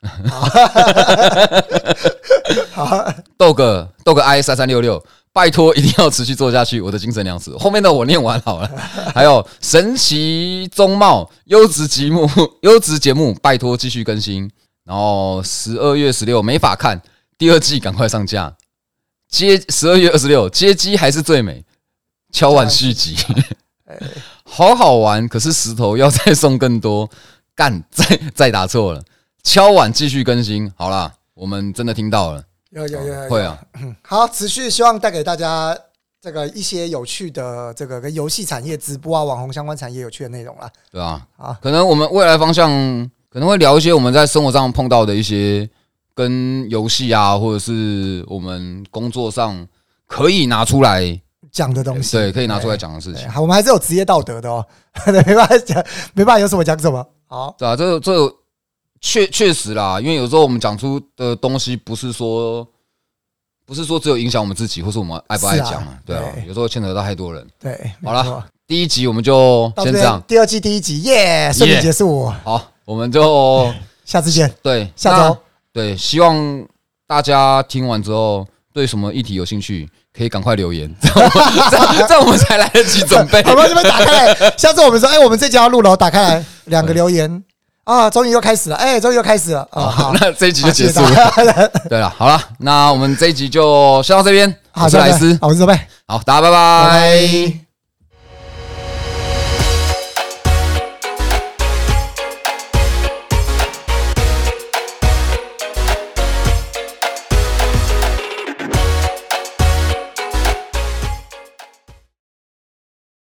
好， 豆哥豆哥 I 三三六六，拜托一定要持续做下去，我的精神粮食。后面的我念完好了。还有神奇中貌优质节目优质节目，拜托继续更新。然后十二月十六没法看，第二季赶快上架。接十二月二十六，街机还是最美，敲碗续集，好好玩。可是石头要再送更多，干再再打错了，敲碗继续更新。好啦，我们真的听到了， 有有有有会啊。 好，持续希望带给大家这个一些有趣的这个跟游戏产业、直播啊、网红相关产业有趣的内容啦。 对啊，啊，可能我们未来方向可能会聊一些我们在生活上碰到的一些。跟游戏啊，或者是我们工作上可以拿出来讲的东西， 对，可以拿出来讲的事情。 好，我们还是有职业道德的哦，没办法讲，没办法有什么讲什么。好， 对啊，这这确确实啦，因为有时候我们讲出的东西，不是说不是说只有影响我们自己，或是我们爱不爱讲啊，对啊，有时候牵扯到太多人。 对， 好了，第一集我们就先这样， 第二季第一集，耶，顺利结束。 好，我们就下次见。 对， 下周。 对，希望大家听完之后对什么议题有兴趣，可以赶快留言，这样这样我们才来得及准备。 好吧，这边打开来，下次我们说，哎、欸，我们这集要录了，打开来两个留言啊，终于又开始了，哎、欸，终于又开始了啊。好， 那这一集就结束了。对了，好了，那我们这一集就先到这边。我是莱斯， 我是周贝， 好，大家拜拜。拜拜。